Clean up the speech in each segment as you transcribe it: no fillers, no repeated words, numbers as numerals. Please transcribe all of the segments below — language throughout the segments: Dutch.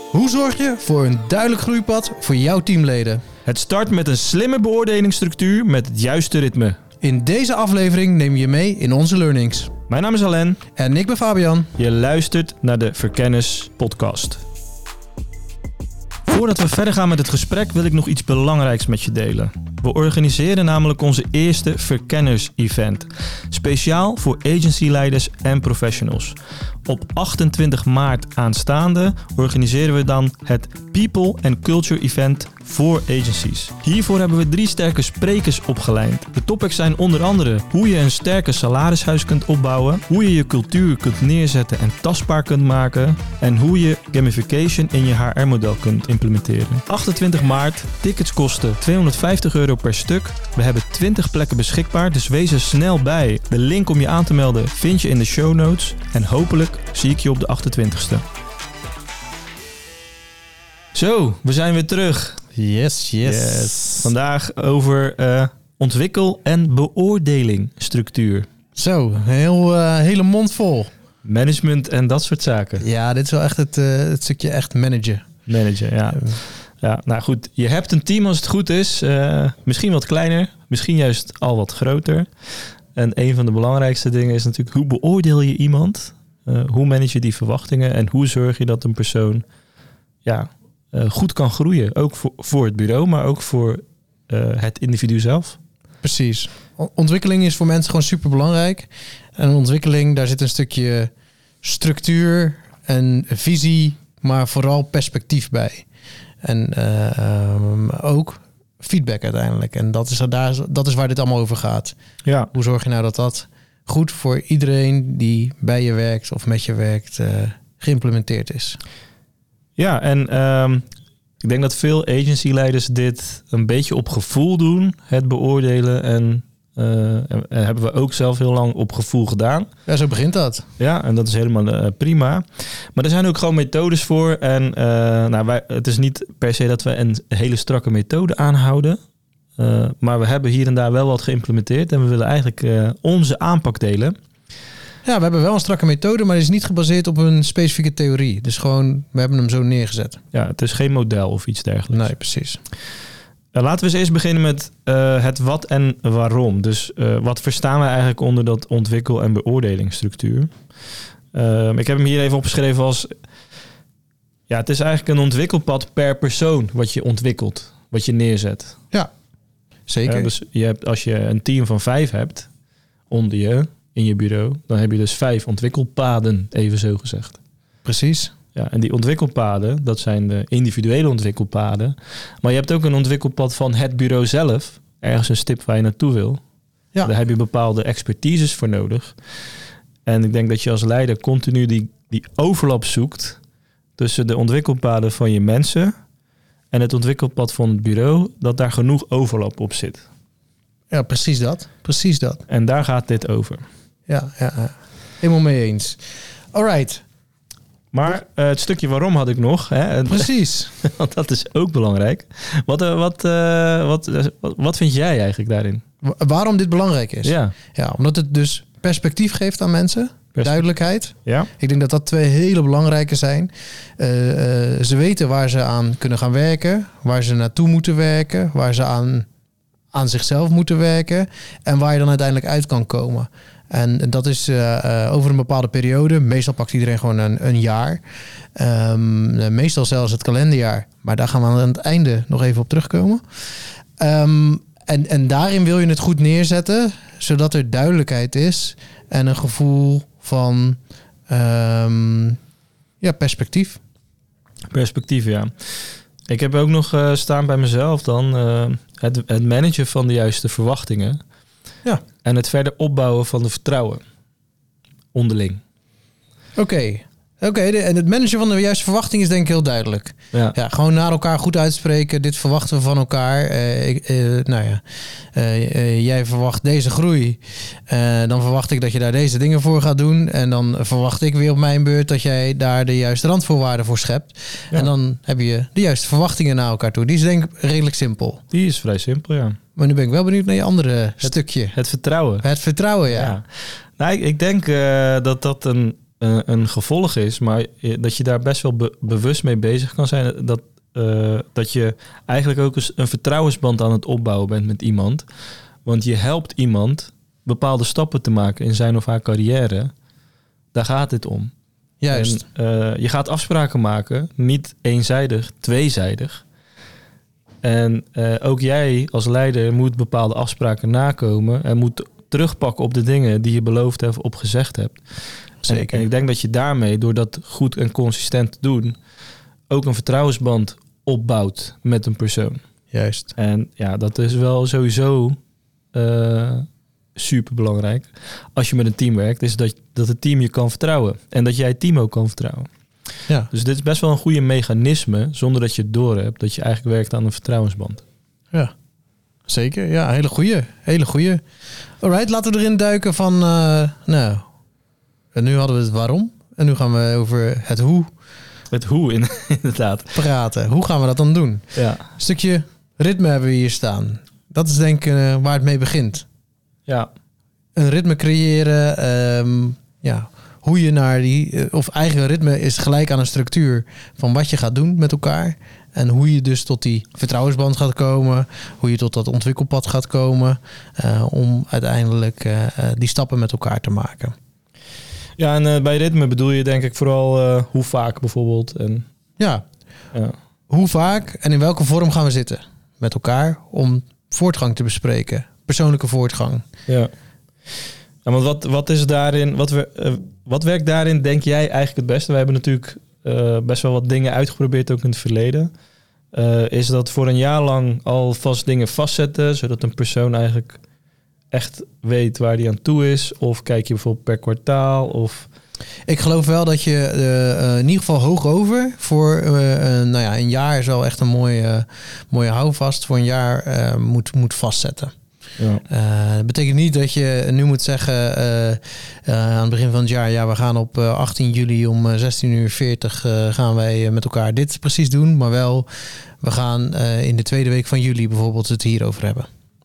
Hoe zorg je voor een duidelijk groeipad voor jouw teamleden? Het start met een slimme beoordelingsstructuur met het juiste ritme. In deze aflevering neem je mee in onze learnings. Mijn naam is Alain. En ik ben Fabian. Je luistert naar de Verkenners podcast. Voordat we verder gaan met het gesprek wil ik nog iets belangrijks met je delen. We organiseren namelijk onze eerste Verkenners-event. Speciaal voor agencyleiders en professionals. Op 28 maart aanstaande organiseren we dan het People and Culture Event voor agencies. Hiervoor hebben we 3 sterke sprekers opgeleid. De topics zijn onder andere hoe je een sterke salarishuis kunt opbouwen, hoe je je cultuur kunt neerzetten en tastbaar kunt maken en hoe je gamification in je HR-model kunt implementeren. 28 maart, tickets kosten €250 per stuk. We hebben 20 plekken beschikbaar, dus wees er snel bij. De link om je aan te melden vind je in de show notes en hopelijk zie ik je op de 28e. Zo, we zijn weer terug. Yes. Vandaag over ontwikkel- en beoordelingstructuur. Zo, hele mond vol. Management en dat soort zaken. Ja, dit is wel echt het stukje echt managen. Manager, ja. Ja, nou goed, je hebt een team als het goed is. Misschien wat kleiner, misschien juist al wat groter. En een van de belangrijkste dingen is natuurlijk, hoe beoordeel je iemand? Hoe manage je die verwachtingen? En hoe zorg je dat een persoon goed kan groeien? Ook voor het bureau, maar ook voor het individu zelf. Precies. Ontwikkeling is voor mensen gewoon super belangrijk. En ontwikkeling, daar zit een stukje structuur en visie, maar vooral perspectief bij. En ook feedback uiteindelijk. En dat is waar dit allemaal over gaat. Ja. Hoe zorg je nou dat dat goed voor iedereen die bij je werkt of met je werkt geïmplementeerd is? Ja, en ik denk dat veel agencyleiders dit een beetje op gevoel doen, het beoordelen. En hebben we ook zelf heel lang op gevoel gedaan. Ja, zo begint dat. Ja, en dat is helemaal prima. Maar er zijn ook gewoon methodes voor. En het is niet per se dat we een hele strakke methode aanhouden. Maar we hebben hier en daar wel wat geïmplementeerd. En we willen eigenlijk onze aanpak delen. Ja, we hebben wel een strakke methode, maar die is niet gebaseerd op een specifieke theorie. Dus gewoon, we hebben hem zo neergezet. Ja, het is geen model of iets dergelijks. Nee, precies. Laten we eens eerst beginnen met het wat en waarom. Dus wat verstaan wij eigenlijk onder dat ontwikkel- en beoordelingsstructuur? Ik heb hem hier even opgeschreven als... Ja, het is eigenlijk een ontwikkelpad per persoon wat je ontwikkelt, wat je neerzet. Ja, zeker. Dus als je een team van 5 hebt onder je in je bureau, dan heb je dus 5 ontwikkelpaden, even zo gezegd. Precies. Ja, en die ontwikkelpaden, dat zijn de individuele ontwikkelpaden. Maar je hebt ook een ontwikkelpad van het bureau zelf. Ergens een stip waar je naartoe wil. Ja. Daar heb je bepaalde expertises voor nodig. En ik denk dat je als leider continu die overlap zoekt tussen de ontwikkelpaden van je mensen en het ontwikkelpad van het bureau, dat daar genoeg overlap op zit. Ja, precies dat. Precies dat. En daar gaat dit over. Ja. Helemaal mee eens. Alright. Maar het stukje waarom had ik nog. Hè? Precies. Want dat is ook belangrijk. Wat vind jij eigenlijk daarin? Waarom dit belangrijk is? Ja, omdat het dus perspectief geeft aan mensen. Duidelijkheid. Ja. Ik denk dat dat 2 hele belangrijke zijn. Ze weten waar ze aan kunnen gaan werken. Waar ze naartoe moeten werken. Waar ze aan zichzelf moeten werken. En waar je dan uiteindelijk uit kan komen. En dat is over een bepaalde periode. Meestal pakt iedereen gewoon een jaar. Meestal zelfs het kalenderjaar. Maar daar gaan we aan het einde nog even op terugkomen. En daarin wil je het goed neerzetten. Zodat er duidelijkheid is. En een gevoel van perspectief. Perspectief, ja. Ik heb ook nog staan bij mezelf dan het managen van de juiste verwachtingen. Ja. En het verder opbouwen van de vertrouwen onderling. Oké, en het managen van de juiste verwachting is denk ik heel duidelijk. Ja, gewoon naar elkaar goed uitspreken. Dit verwachten we van elkaar. Jij verwacht deze groei. Dan verwacht ik dat je daar deze dingen voor gaat doen. En dan verwacht ik weer op mijn beurt dat jij daar de juiste randvoorwaarden voor schept. Ja. En dan heb je de juiste verwachtingen naar elkaar toe. Die is denk ik redelijk simpel. Die is vrij simpel, ja. Maar nu ben ik wel benieuwd naar je andere stukje. Het vertrouwen. Het vertrouwen, ja. Nou, ik denk dat een een gevolg is, maar dat je daar best wel bewust mee bezig kan zijn. Dat je eigenlijk ook eens een vertrouwensband aan het opbouwen bent met iemand. Want je helpt iemand bepaalde stappen te maken in zijn of haar carrière. Daar gaat het om. Juist. En, je gaat afspraken maken, niet eenzijdig, tweezijdig. En ook jij als leider moet bepaalde afspraken nakomen en moet terugpakken op de dingen die je beloofd hebt of gezegd hebt. Zeker. En ik denk dat je daarmee, door dat goed en consistent te doen, ook een vertrouwensband opbouwt met een persoon. Juist. En ja, dat is wel sowieso super belangrijk. Als je met een team werkt, is dat het team je kan vertrouwen. En dat jij het team ook kan vertrouwen. Ja. Dus dit is best wel een goede mechanisme, zonder dat je het doorhebt, dat je eigenlijk werkt aan een vertrouwensband. Ja. Zeker. Ja, hele goeie. Alright, laten we erin duiken van, en nu hadden we het waarom. En nu gaan we over het hoe Het hoe, inderdaad. praten. Hoe gaan we dat dan doen? Ja. Een stukje ritme hebben we hier staan. Dat is denk ik waar het mee begint. Ja. Een ritme creëren. Hoe je naar die... Of eigen ritme is gelijk aan een structuur van wat je gaat doen met elkaar. En hoe je dus tot die vertrouwensband gaat komen. Hoe je tot dat ontwikkelpad gaat komen. Om uiteindelijk die stappen met elkaar te maken. Ja, en bij ritme bedoel je denk ik vooral hoe vaak bijvoorbeeld. En, Ja. ja. Hoe vaak en in welke vorm gaan we zitten met elkaar om voortgang te bespreken. Persoonlijke voortgang. Ja. Ja, want wat is daarin, wat werkt daarin, denk jij eigenlijk het beste? We hebben natuurlijk best wel wat dingen uitgeprobeerd ook in het verleden. Is dat voor een jaar lang alvast dingen vastzetten, zodat een persoon eigenlijk echt weet waar die aan toe is? Of kijk je bijvoorbeeld per kwartaal? Of... Ik geloof wel dat je in ieder geval hoog over voor een jaar is wel echt een mooie houvast voor een jaar moet vastzetten. Ja. Dat betekent niet dat je nu moet zeggen aan het begin van het jaar, ja, we gaan op 18 juli om 16:40 gaan wij met elkaar dit precies doen, maar wel, we gaan in de tweede week van juli bijvoorbeeld het hierover hebben.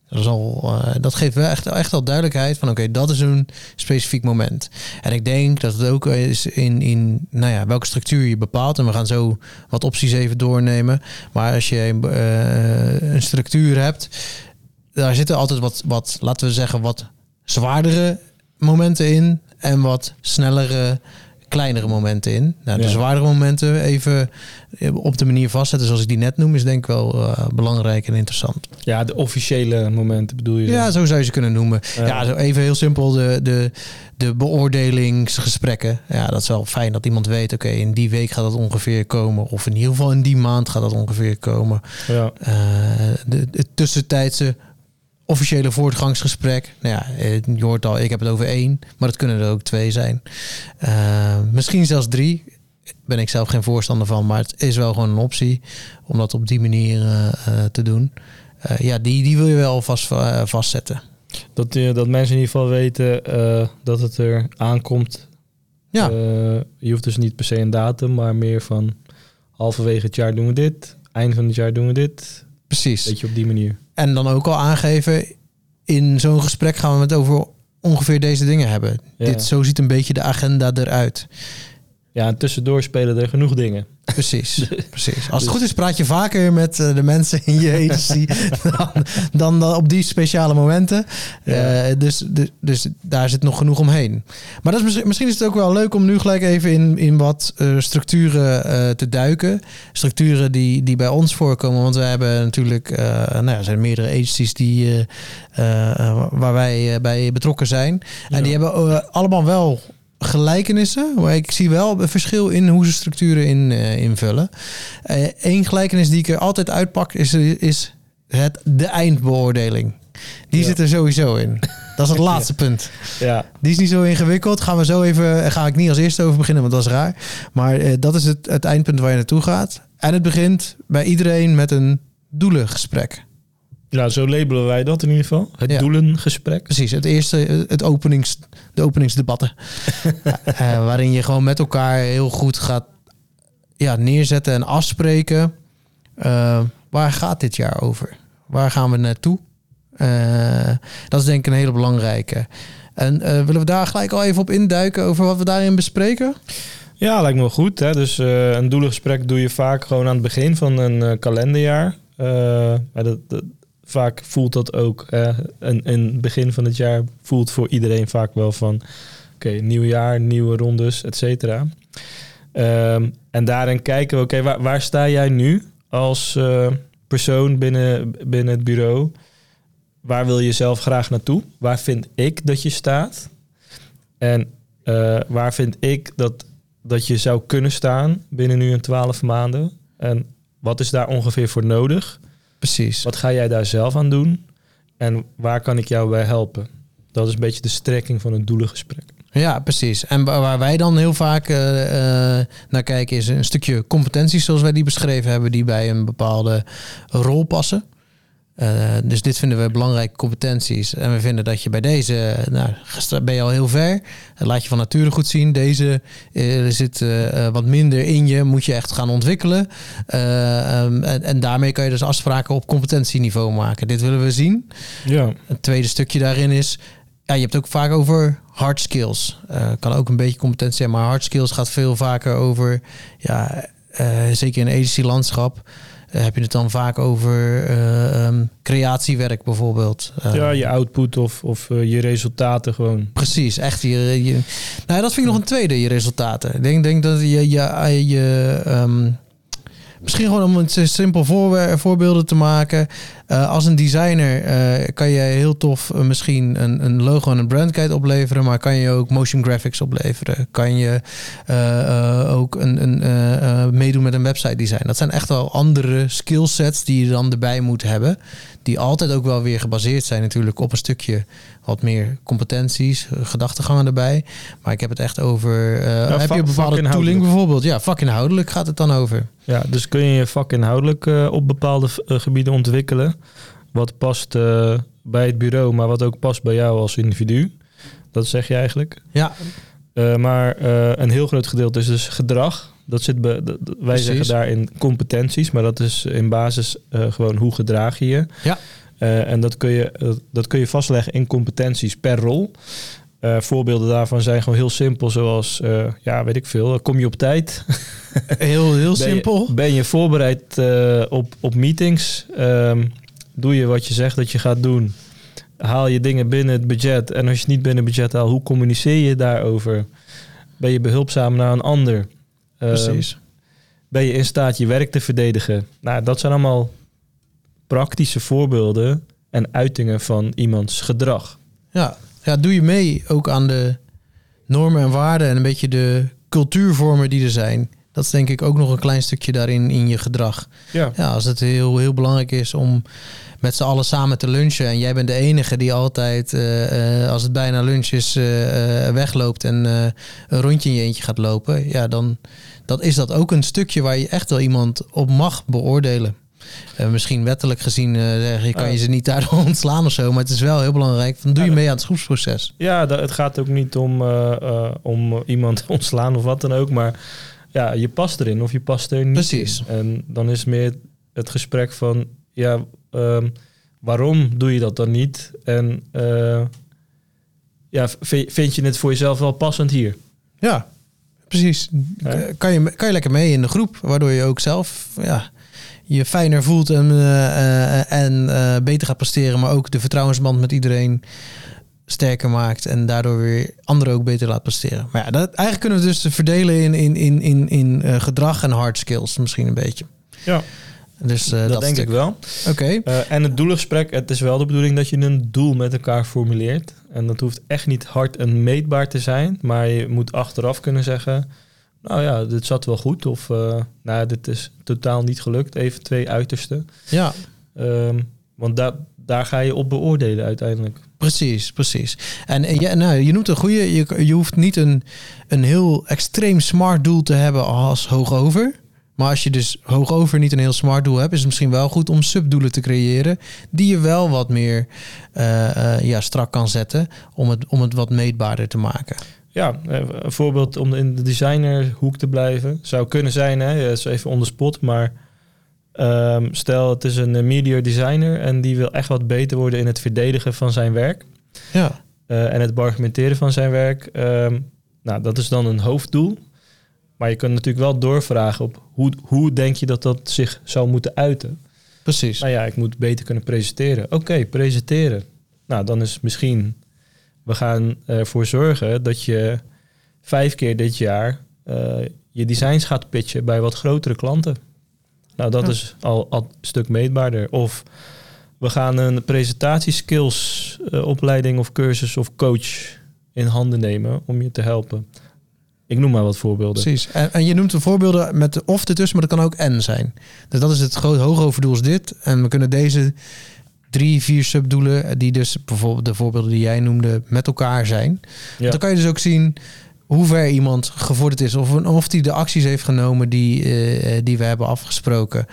Dat geeft wel echt al duidelijkheid van oké, dat is een specifiek moment. En ik denk dat het ook is in welke structuur je bepaalt. En we gaan zo wat opties even doornemen. Maar als je een structuur hebt, daar zitten altijd wat, laten we zeggen, wat zwaardere momenten in en wat snellere, kleinere momenten in. Nou, de zwaardere momenten even op de manier vastzetten zoals ik die net noem, is denk ik wel belangrijk en interessant. Ja, de officiële momenten bedoel je? Ja, zo zou je ze kunnen noemen. Ja, zo even heel simpel de beoordelingsgesprekken. Ja, dat is wel fijn dat iemand weet, oké, in die week gaat dat ongeveer komen. Of in ieder geval in die maand gaat dat ongeveer komen. Ja. De tussentijdse officiële voortgangsgesprek. Nou ja, je hoort al, ik heb het over 1, maar het kunnen er ook 2 zijn. Misschien zelfs 3. Ben ik zelf geen voorstander van, maar het is wel gewoon een optie om dat op die manier te doen. Die wil je wel vastzetten. Dat mensen in ieder geval weten dat het er aankomt. Ja. Je hoeft dus niet per se een datum, maar meer van halverwege het jaar doen we dit. Eind van het jaar doen we dit. Precies. Beetje op die manier. En dan ook al aangeven, in zo'n gesprek gaan we het over ongeveer deze dingen hebben. Ja. Zo ziet een beetje de agenda eruit. Ja, en tussendoor spelen er genoeg dingen. Precies. Als het goed is, praat je vaker met de mensen in je agency dan op die speciale momenten. Ja. Dus daar zit nog genoeg omheen. Maar dat is misschien is het ook wel leuk om nu gelijk even in wat structuren te duiken. Structuren die bij ons voorkomen. Want we hebben natuurlijk, er zijn meerdere agencies waar wij bij betrokken zijn. En die hebben allemaal wel gelijkenissen, maar ik zie wel een verschil in hoe ze structuren invullen. Eén gelijkenis die ik er altijd uitpak is de eindbeoordeling. Die zit er sowieso in. Dat is het laatste punt. Ja. Die is niet zo ingewikkeld. Ga ik niet als eerste over beginnen, want dat is raar. Maar dat is het eindpunt waar je naartoe gaat. En het begint bij iedereen met een doelengesprek. Ja, zo labelen wij dat in ieder geval. Het doelengesprek. Precies, het eerste, de openingsdebatten. Waarin je gewoon met elkaar heel goed gaat neerzetten en afspreken. Waar gaat dit jaar over? Waar gaan we naartoe? Dat is denk ik een hele belangrijke. En willen we daar gelijk al even op induiken over wat we daarin bespreken? Ja, lijkt me wel goed. Hè? Dus een doelengesprek doe je vaak gewoon aan het begin van een kalenderjaar. Vaak voelt dat ook een begin van het jaar voelt voor iedereen vaak wel van oké, nieuw jaar, nieuwe rondes, et cetera. En daarin kijken we, waar sta jij nu als persoon binnen het bureau? Waar wil je zelf graag naartoe? Waar vind ik dat je staat? En waar vind ik dat je zou kunnen staan binnen nu en 12 maanden? En wat is daar ongeveer voor nodig? Precies. Wat ga jij daar zelf aan doen? En waar kan ik jou bij helpen? Dat is een beetje de strekking van een doelengesprek. Ja, precies. En waar wij dan heel vaak naar kijken is een stukje competenties zoals wij die beschreven hebben, die bij een bepaalde rol passen. Dus dit vinden we belangrijke competenties. En we vinden dat je bij deze, ben je al heel ver. Laat je van nature goed zien. Deze zit wat minder in je. Moet je echt gaan ontwikkelen. En daarmee kan je dus afspraken op competentieniveau maken. Dit willen we zien. Ja. Het tweede stukje daarin is, ja, je hebt het ook vaak over hard skills. Kan ook een beetje competentie zijn, maar hard skills gaat veel vaker over, zeker in een agency-landschap, heb je het dan vaak over creatiewerk bijvoorbeeld. Je output of je resultaten gewoon. Precies, echt. Nou, dat vind ik nog een tweede, je resultaten. Ik denk dat je misschien gewoon om een simpel voorbeelden te maken. Als een designer kan je heel tof misschien een logo en een brandguide opleveren, maar kan je ook motion graphics opleveren. Kan je ook meedoen met een website design. Dat zijn echt wel andere skillsets die je dan erbij moet hebben. Die altijd ook wel weer gebaseerd zijn natuurlijk op een stukje wat meer competenties, gedachtegangen erbij. Maar ik heb het echt over, heb je een bepaalde tooling bijvoorbeeld? Ja, vakinhoudelijk gaat het dan over. Ja, dus kun je vakinhoudelijk op bepaalde gebieden ontwikkelen. Wat past bij het bureau, maar wat ook past bij jou als individu. Dat zeg je eigenlijk. Ja. Maar een heel groot gedeelte is dus gedrag. Dat zit wij zeggen daarin competenties, maar dat is in basis gewoon hoe gedraag je je. Ja. En dat kun je vastleggen in competenties per rol. Voorbeelden daarvan zijn gewoon heel simpel, zoals, weet ik veel, kom je op tijd? Heel simpel. Ben je voorbereid op meetings? Doe je wat je zegt dat je gaat doen? Haal je dingen binnen het budget? En als je het niet binnen het budget haalt, hoe communiceer je daarover? Ben je behulpzaam naar een ander? Precies. Ben je in staat je werk te verdedigen? Nou, dat zijn allemaal praktische voorbeelden en uitingen van iemands gedrag. Ja, doe je mee ook aan de normen en waarden en een beetje de cultuurvormen die er zijn. Dat is denk ik ook nog een klein stukje daarin in je gedrag. Ja, als het heel, heel belangrijk is om met z'n allen samen te lunchen en jij bent de enige die altijd, als het bijna lunch is, wegloopt en een rondje in je eentje gaat lopen. Ja, dan is dat ook een stukje waar je echt wel iemand op mag beoordelen. Misschien wettelijk gezien kan je ze niet daardoor ontslaan of zo. Maar het is wel heel belangrijk. Dan doe je mee aan het groepsproces. Ja, het gaat ook niet om iemand te ontslaan of wat dan ook. Maar ja, je past erin of je past er niet. Precies. In. En dan is meer het gesprek van, waarom doe je dat dan niet? En vind je het voor jezelf wel passend hier? Ja, precies. Kan je lekker mee in de groep, waardoor je ook zelf je fijner voelt en beter gaat presteren, maar ook de vertrouwensband met iedereen sterker maakt en daardoor weer anderen ook beter laat presteren. Maar ja, eigenlijk kunnen we dus verdelen in gedrag en hard skills misschien een beetje. Ja. Dus dat denk ik wel. Oké. En het doelengesprek, het is wel de bedoeling dat je een doel met elkaar formuleert. En dat hoeft echt niet hard en meetbaar te zijn, maar je moet achteraf kunnen zeggen, nou ja, dit zat wel goed. Of dit is totaal niet gelukt. Even 2 uitersten. Ja. Want daar ga je op beoordelen uiteindelijk. Precies. En je noemt een goede. Je hoeft niet een heel extreem smart doel te hebben als hoogover. Maar als je dus hoogover niet een heel smart doel hebt, is het misschien wel goed om subdoelen te creëren die je wel wat meer strak kan zetten om het wat meetbaarder te maken. Ja, een voorbeeld om in de designerhoek te blijven zou kunnen zijn, dat is even on the spot, maar stel het is een media designer en die wil echt wat beter worden in het verdedigen van zijn werk. Ja. en het beargumenteren van zijn werk. Nou, dat is dan een hoofddoel. Maar je kunt natuurlijk wel doorvragen op hoe denk je dat zich zou moeten uiten. Precies. Nou ja, ik moet beter kunnen presenteren. Oké, presenteren. Nou, dan is misschien... We gaan ervoor zorgen dat je 5 keer dit jaar je designs gaat pitchen bij wat grotere klanten. Nou, dat is al een stuk meetbaarder. Of we gaan een presentatieskills opleiding of cursus of coach in handen nemen om je te helpen. Ik noem maar wat voorbeelden. Precies. En je noemt de voorbeelden met de of ertussen, maar dat kan ook en zijn. Dus dat is het hooghoofddoel is dit. En we kunnen deze 3, 4 subdoelen, die dus bijvoorbeeld de voorbeelden die jij noemde, met elkaar zijn. Ja. Dan kan je dus ook zien hoe ver iemand gevorderd is. Of die de acties heeft genomen die we hebben afgesproken.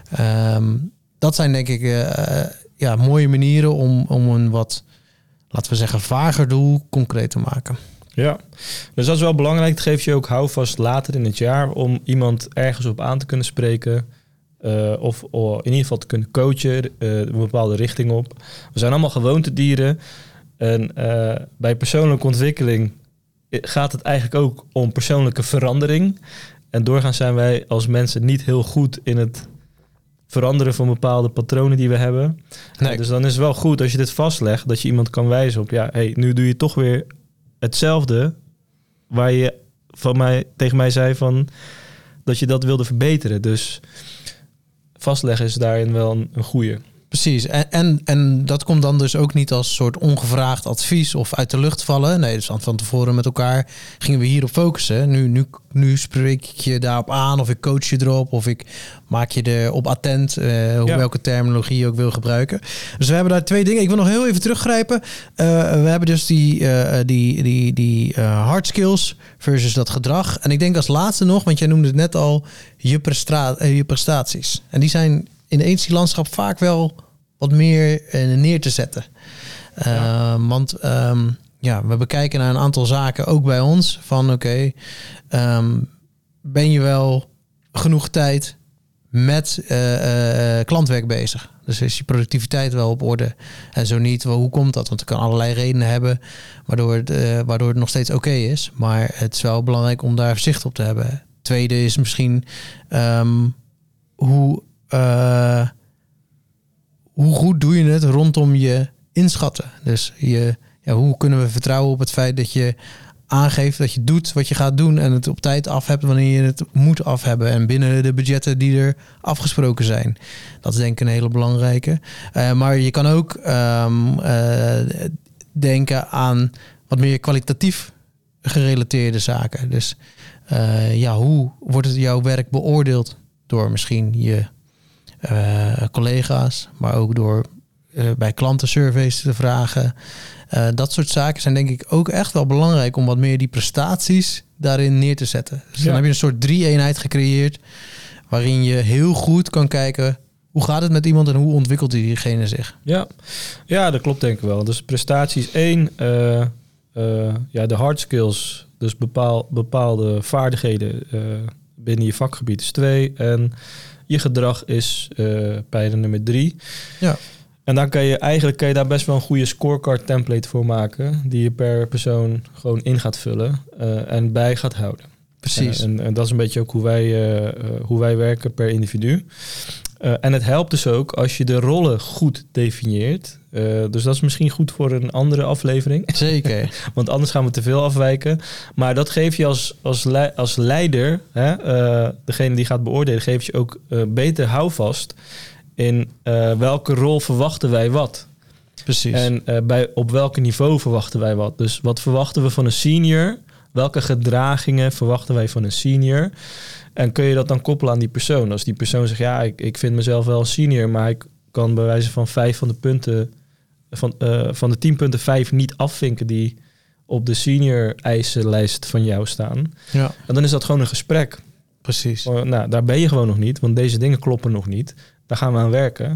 Dat zijn denk ik mooie manieren om een wat, laten we zeggen, vager doel concreet te maken. Ja, dus dat is wel belangrijk. Het geeft je ook houvast later in het jaar om iemand ergens op aan te kunnen spreken. Of in ieder geval te kunnen coachen, een bepaalde richting op. We zijn allemaal gewoontedieren. En bij persoonlijke ontwikkeling gaat het eigenlijk ook om persoonlijke verandering. En doorgaans zijn wij als mensen niet heel goed in het veranderen van bepaalde patronen die we hebben. Nee. Dus dan is het wel goed als je dit vastlegt, dat je iemand kan wijzen op, nu doe je toch weer hetzelfde waar je tegen mij zei van dat je dat wilde verbeteren. Dus vastleggen is daarin wel een goeie. Precies. En dat komt dan dus ook niet als soort ongevraagd advies of uit de lucht vallen. Nee, dus van tevoren met elkaar gingen we hierop focussen. Nu spreek ik je daarop aan of ik coach je erop of ik maak je erop attent welke terminologie je ook wil gebruiken. Dus we hebben daar 2 dingen. Ik wil nog heel even teruggrijpen. We hebben dus die hard skills versus dat gedrag. En ik denk als laatste nog, want jij noemde het net al, je prestaties. En die zijn in het agency-landschap vaak wel wat meer neer te zetten. Want we bekijken naar een aantal zaken, ook bij ons, van ben je wel genoeg tijd met klantwerk bezig? Dus is je productiviteit wel op orde? En zo niet, hoe komt dat? Want het kan allerlei redenen hebben waardoor het nog steeds oké is. Maar het is wel belangrijk om daar zicht op te hebben. Tweede is misschien hoe goed doe je het rondom je inschatten? Dus hoe kunnen we vertrouwen op het feit dat je aangeeft dat je doet wat je gaat doen en het op tijd af hebt wanneer je het moet af hebben en binnen de budgetten die er afgesproken zijn. Dat is denk ik een hele belangrijke. Maar je kan ook denken aan wat meer kwalitatief gerelateerde zaken. Dus hoe wordt het jouw werk beoordeeld door misschien je collega's, maar ook door bij klantensurveys te vragen. Dat soort zaken zijn denk ik ook echt wel belangrijk om wat meer die prestaties daarin neer te zetten. Dus dan heb je een soort 3-eenheid gecreëerd waarin je heel goed kan kijken hoe gaat het met iemand en hoe ontwikkelt diegene zich. Ja, dat klopt denk ik wel. Dus prestaties 1, de hard skills, dus bepaalde vaardigheden binnen je vakgebied is 2 en je gedrag is pijler nummer 3. Ja. En dan kan je daar best wel een goede scorecard template voor maken, die je per persoon gewoon in gaat vullen en bij gaat houden. Precies. En dat is een beetje ook hoe wij werken per individu. En het helpt dus ook als je de rollen goed definieert. Dus dat is misschien goed voor een andere aflevering. Zeker. Want anders gaan we te veel afwijken. Maar dat geeft je als leider, degene die gaat beoordelen, geeft je ook beter houvast in welke rol verwachten wij wat. Precies. En op welk niveau verwachten wij wat. Dus wat verwachten we van een senior? Welke gedragingen verwachten wij van een senior? En kun je dat dan koppelen aan die persoon? Als die persoon zegt, ik vind mezelf wel een senior, maar ik kan bij wijze van 5 van de punten, van de 10 punten 5 niet afvinken die op de senior eisenlijst van jou staan. Ja. En dan is dat gewoon een gesprek. Precies. Nou, daar ben je gewoon nog niet, want deze dingen kloppen nog niet. Daar gaan we aan werken.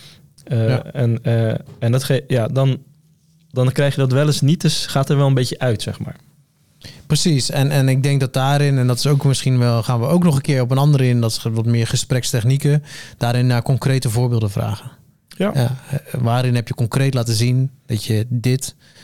En dat dan krijg je dat wel eens niet, dus gaat er wel een beetje uit, zeg maar. Precies, en ik denk dat daarin, en dat is ook misschien wel, gaan we ook nog een keer op een andere in, dat is wat meer gesprekstechnieken, daarin naar concrete voorbeelden vragen. Ja. Waarin heb je concreet laten zien dat je dit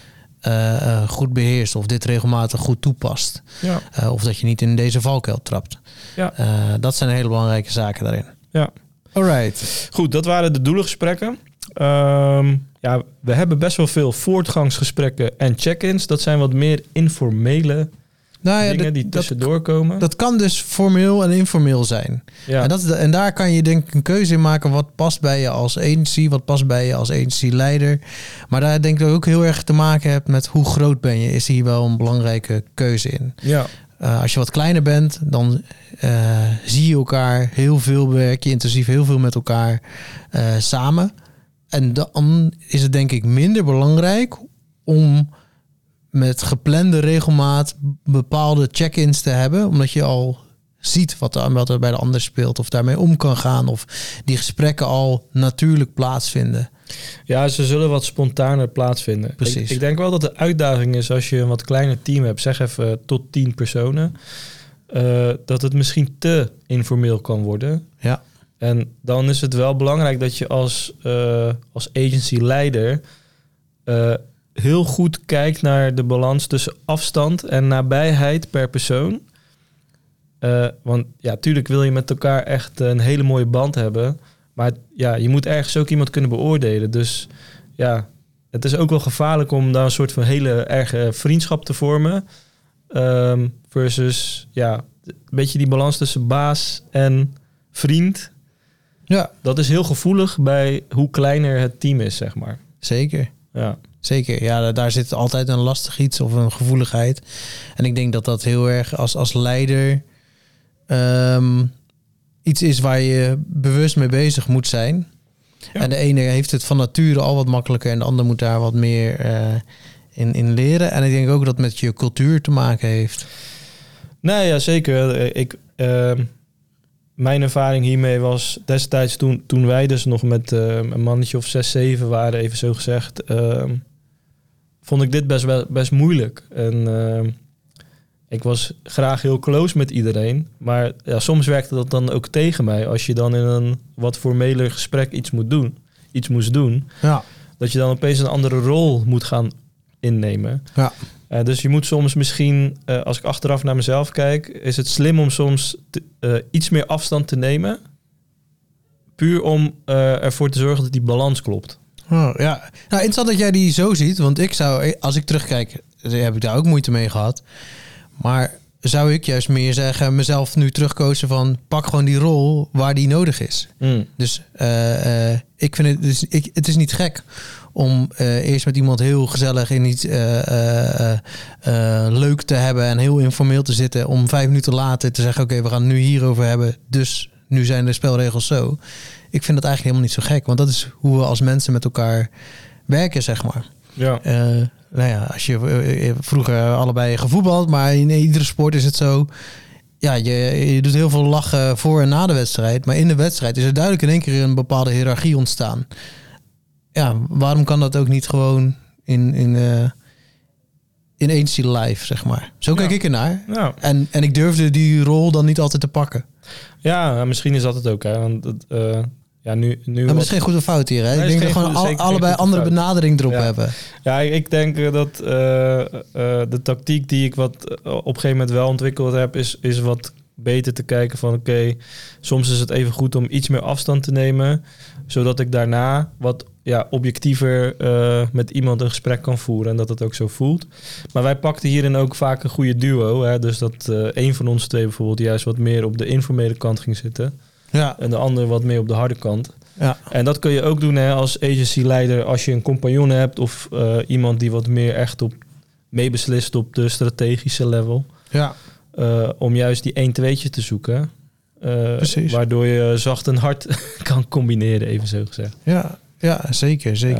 goed beheerst of dit regelmatig goed toepast. Ja. Of dat je niet in deze valkuil trapt. Ja. Dat zijn hele belangrijke zaken daarin. Ja. Alright. Goed, dat waren de doelengesprekken. We hebben best wel veel voortgangsgesprekken en check-ins. Dat zijn wat meer informele dingen die tussendoor komen. Dat kan dus formeel en informeel zijn. Ja. En daar kan je denk ik een keuze in maken wat past bij je als agency, wat past bij je als agency-leider. Maar daar denk ik ook heel erg te maken hebt met hoe groot ben je. Is hier wel een belangrijke keuze in. Ja. Als je wat kleiner bent, dan zie je elkaar heel veel, werk je intensief heel veel met elkaar samen. En dan is het denk ik minder belangrijk om met geplande regelmaat bepaalde check-ins te hebben. Omdat je al ziet wat er bij de ander speelt. Of daarmee om kan gaan. Of die gesprekken al natuurlijk plaatsvinden. Ja, ze zullen wat spontaner plaatsvinden. Precies. Ik denk wel dat de uitdaging is als je een wat kleiner team hebt. Zeg even tot 10 personen. Dat het misschien te informeel kan worden. Ja. En dan is het wel belangrijk dat je als agency-leider heel goed kijkt naar de balans tussen afstand en nabijheid per persoon. Want ja, tuurlijk wil je met elkaar echt een hele mooie band hebben. Maar ja, je moet ergens ook iemand kunnen beoordelen. Dus ja, het is ook wel gevaarlijk om daar een soort van hele erge vriendschap te vormen. Versus ja, een beetje die balans tussen baas en vriend. Ja. Dat is heel gevoelig bij hoe kleiner het team is, zeg maar. Zeker. Ja. Zeker, ja, daar zit altijd een lastig iets of een gevoeligheid. En ik denk dat dat heel erg als leider iets is waar je bewust mee bezig moet zijn. Ja. En de ene heeft het van nature al wat makkelijker en de ander moet daar wat meer in leren. En ik denk ook dat het met je cultuur te maken heeft. Nee, ja, zeker. Mijn ervaring hiermee was destijds toen wij dus nog met een mannetje of 6, 7 waren, even zo gezegd, vond ik dit best moeilijk. En ik was graag heel close met iedereen. Maar ja, soms werkte dat dan ook tegen mij. Als je dan in een wat formeler gesprek iets moest doen. Ja. Dat je dan opeens een andere rol moet gaan innemen. Ja. Dus je moet soms misschien, als ik achteraf naar mezelf kijk, is het slim om soms iets meer afstand te nemen. Puur om ervoor te zorgen dat die balans klopt. Oh, ja. Nou, interessant dat jij die zo ziet. Want ik zou, als ik terugkijk, heb ik daar ook moeite mee gehad. Maar zou ik juist meer zeggen, mezelf nu terugkozen van pak gewoon die rol waar die nodig is. Dus ik vind het is niet gek om eerst met iemand heel gezellig en iets leuk te hebben en heel informeel te zitten. Om 5 minuten later te zeggen, oké, we gaan het nu hierover hebben. Dus nu zijn de spelregels zo. Ik vind dat eigenlijk helemaal niet zo gek. Want dat is hoe we als mensen met elkaar werken, zeg maar. Ja. Nou ja, als je vroeger allebei gevoetbald, maar in iedere sport is het zo. Ja, je doet heel veel lachen voor en na de wedstrijd. Maar in de wedstrijd is er duidelijk in één keer een bepaalde hiërarchie ontstaan. Ja, waarom kan dat ook niet gewoon in agency live, zeg maar. Zo kijk ik ernaar. Ja. En ik durfde die rol dan niet altijd te pakken. Ja, misschien is dat het ook. Hè? Want nu maar het is geen goede fout hier. Hè? Ik denk dat gewoon allebei andere benadering erop hebben. Ja, ik denk dat de tactiek die ik op een gegeven moment wel ontwikkeld heb, is wat beter te kijken van oké, soms is het even goed om iets meer afstand te nemen, zodat ik daarna wat objectiever met iemand een gesprek kan voeren en dat het ook zo voelt. Maar wij pakten hierin ook vaak een goede duo. Hè? Dus dat een van ons twee bijvoorbeeld juist wat meer op de informele kant ging zitten. Ja. En de ander wat meer op de harde kant. Ja. En dat kun je ook doen als agency-leider als je een compagnon hebt of iemand die wat meer echt meebeslist op de strategische level. Ja. Om juist die 1-2'tje te zoeken. Waardoor je zacht en hard kan combineren, even zo gezegd. Ja, zeker.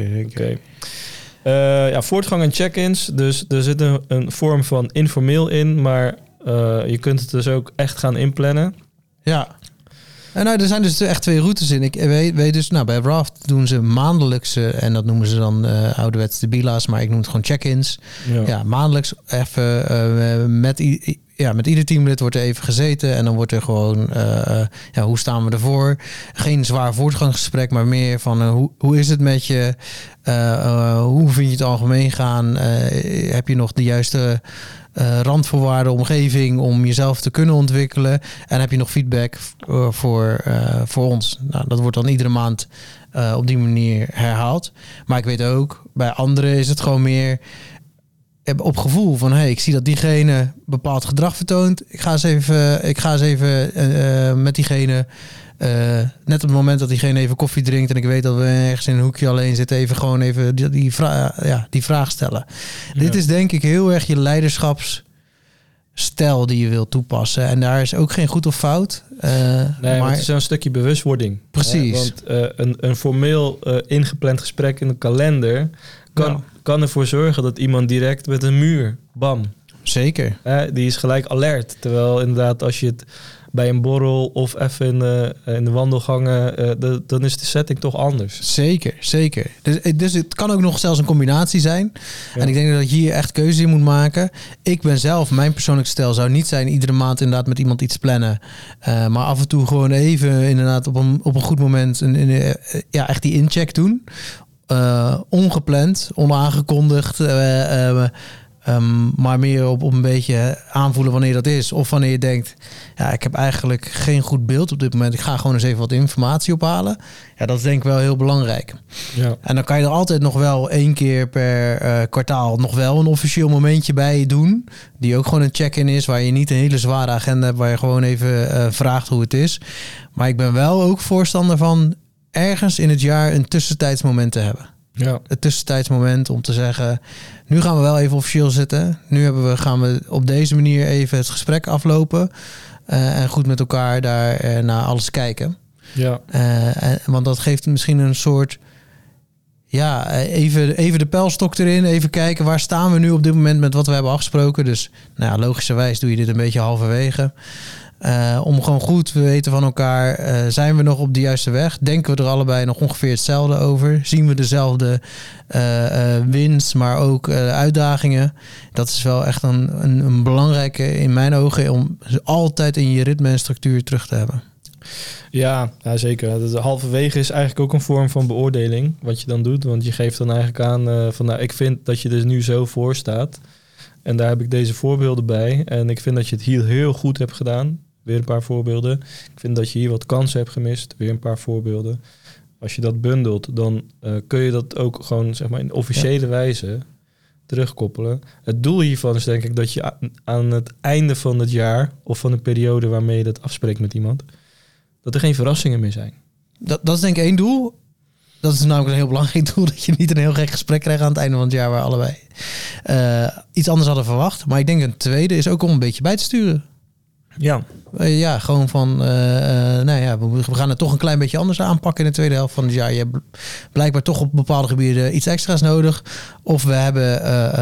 Okay. Voortgang en check-ins. Dus er zit een vorm van informeel in, maar je kunt het dus ook echt gaan inplannen. Ja. En er zijn dus echt 2 routes in. Ik weet dus, bij Raft doen ze maandelijkse, en dat noemen ze dan ouderwets de bila's, maar ik noem het gewoon check-ins. Ja, maandelijks even met met ieder teamlid wordt er even gezeten en dan wordt er gewoon, hoe staan we ervoor? Geen zwaar voortgangsgesprek, maar meer van hoe is het met je? Hoe vind je het algemeen gaan? Heb je nog de juiste randvoorwaarden, omgeving om jezelf te kunnen ontwikkelen? En heb je nog feedback voor ons? Nou, dat wordt dan iedere maand op die manier herhaald. Maar ik weet ook, bij anderen is het gewoon meer op gevoel van, ik zie dat diegene bepaald gedrag vertoont. Ik ga eens even met diegene, net op het moment dat diegene even koffie drinkt en ik weet dat we ergens in een hoekje alleen zitten, even die vraag stellen. Ja. Dit is denk ik heel erg je leiderschapsstijl die je wilt toepassen. En daar is ook geen goed of fout. Maar het is een stukje bewustwording. Precies. Want een formeel ingepland gesprek in de kalender kan ervoor zorgen dat iemand direct met een muur, bam. Zeker. Die is gelijk alert. Terwijl inderdaad als je het bij een borrel of even in de wandelgangen, dan is de setting toch anders. Zeker. Dus het kan ook nog zelfs een combinatie zijn. Ja. En ik denk dat je hier echt keuze in moet maken. Ik ben zelf, mijn persoonlijke stijl zou niet zijn iedere maand inderdaad met iemand iets plannen. Maar af en toe gewoon even inderdaad op een goed moment echt die incheck doen. Ongepland, onaangekondigd. Maar meer op een beetje aanvoelen wanneer dat is. Of wanneer je denkt, ik heb eigenlijk geen goed beeld op dit moment. Ik ga gewoon eens even wat informatie ophalen. Ja, dat is denk ik wel heel belangrijk. Ja. En dan kan je er altijd nog wel 1 keer per kwartaal nog wel een officieel momentje bij doen. Die ook gewoon een check-in is. Waar je niet een hele zware agenda hebt. Waar je gewoon even vraagt hoe het is. Maar ik ben wel ook voorstander van ergens in het jaar een tussentijdsmoment te hebben. Ja. Het tussentijdsmoment om te zeggen, nu gaan we wel even officieel zitten. Nu gaan we op deze manier even het gesprek aflopen. En goed met elkaar daar naar alles kijken. Ja. Want dat geeft misschien een soort, even de pijlstok erin. Even kijken, waar staan we nu op dit moment met wat we hebben afgesproken. Dus logischerwijs doe je dit een beetje halverwege. Om gewoon goed te weten van elkaar, zijn we nog op de juiste weg? Denken we er allebei nog ongeveer hetzelfde over? Zien we dezelfde winst, maar ook uitdagingen? Dat is wel echt een belangrijke in mijn ogen om altijd in je ritme en structuur terug te hebben. Ja, zeker. De halverwege is eigenlijk ook een vorm van beoordeling wat je dan doet. Want je geeft dan eigenlijk aan ik vind dat je er nu zo voor staat. En daar heb ik deze voorbeelden bij. En ik vind dat je het hier heel goed hebt gedaan. Weer een paar voorbeelden. Ik vind dat je hier wat kansen hebt gemist. Weer een paar voorbeelden. Als je dat bundelt, dan kun je dat ook gewoon in officiële wijze terugkoppelen. Het doel hiervan is denk ik dat je aan het einde van het jaar of van de periode waarmee je dat afspreekt met iemand, dat er geen verrassingen meer zijn. Dat is denk ik 1 doel. Dat is namelijk een heel belangrijk doel, dat je niet een heel gek gesprek krijgt aan het einde van het jaar waar allebei iets anders hadden verwacht. Maar ik denk een tweede is ook om een beetje bij te sturen. Ja. Gewoon van, we gaan het toch een klein beetje anders aanpakken in de tweede helft van het jaar. Je hebt blijkbaar toch op bepaalde gebieden iets extra's nodig. Of we hebben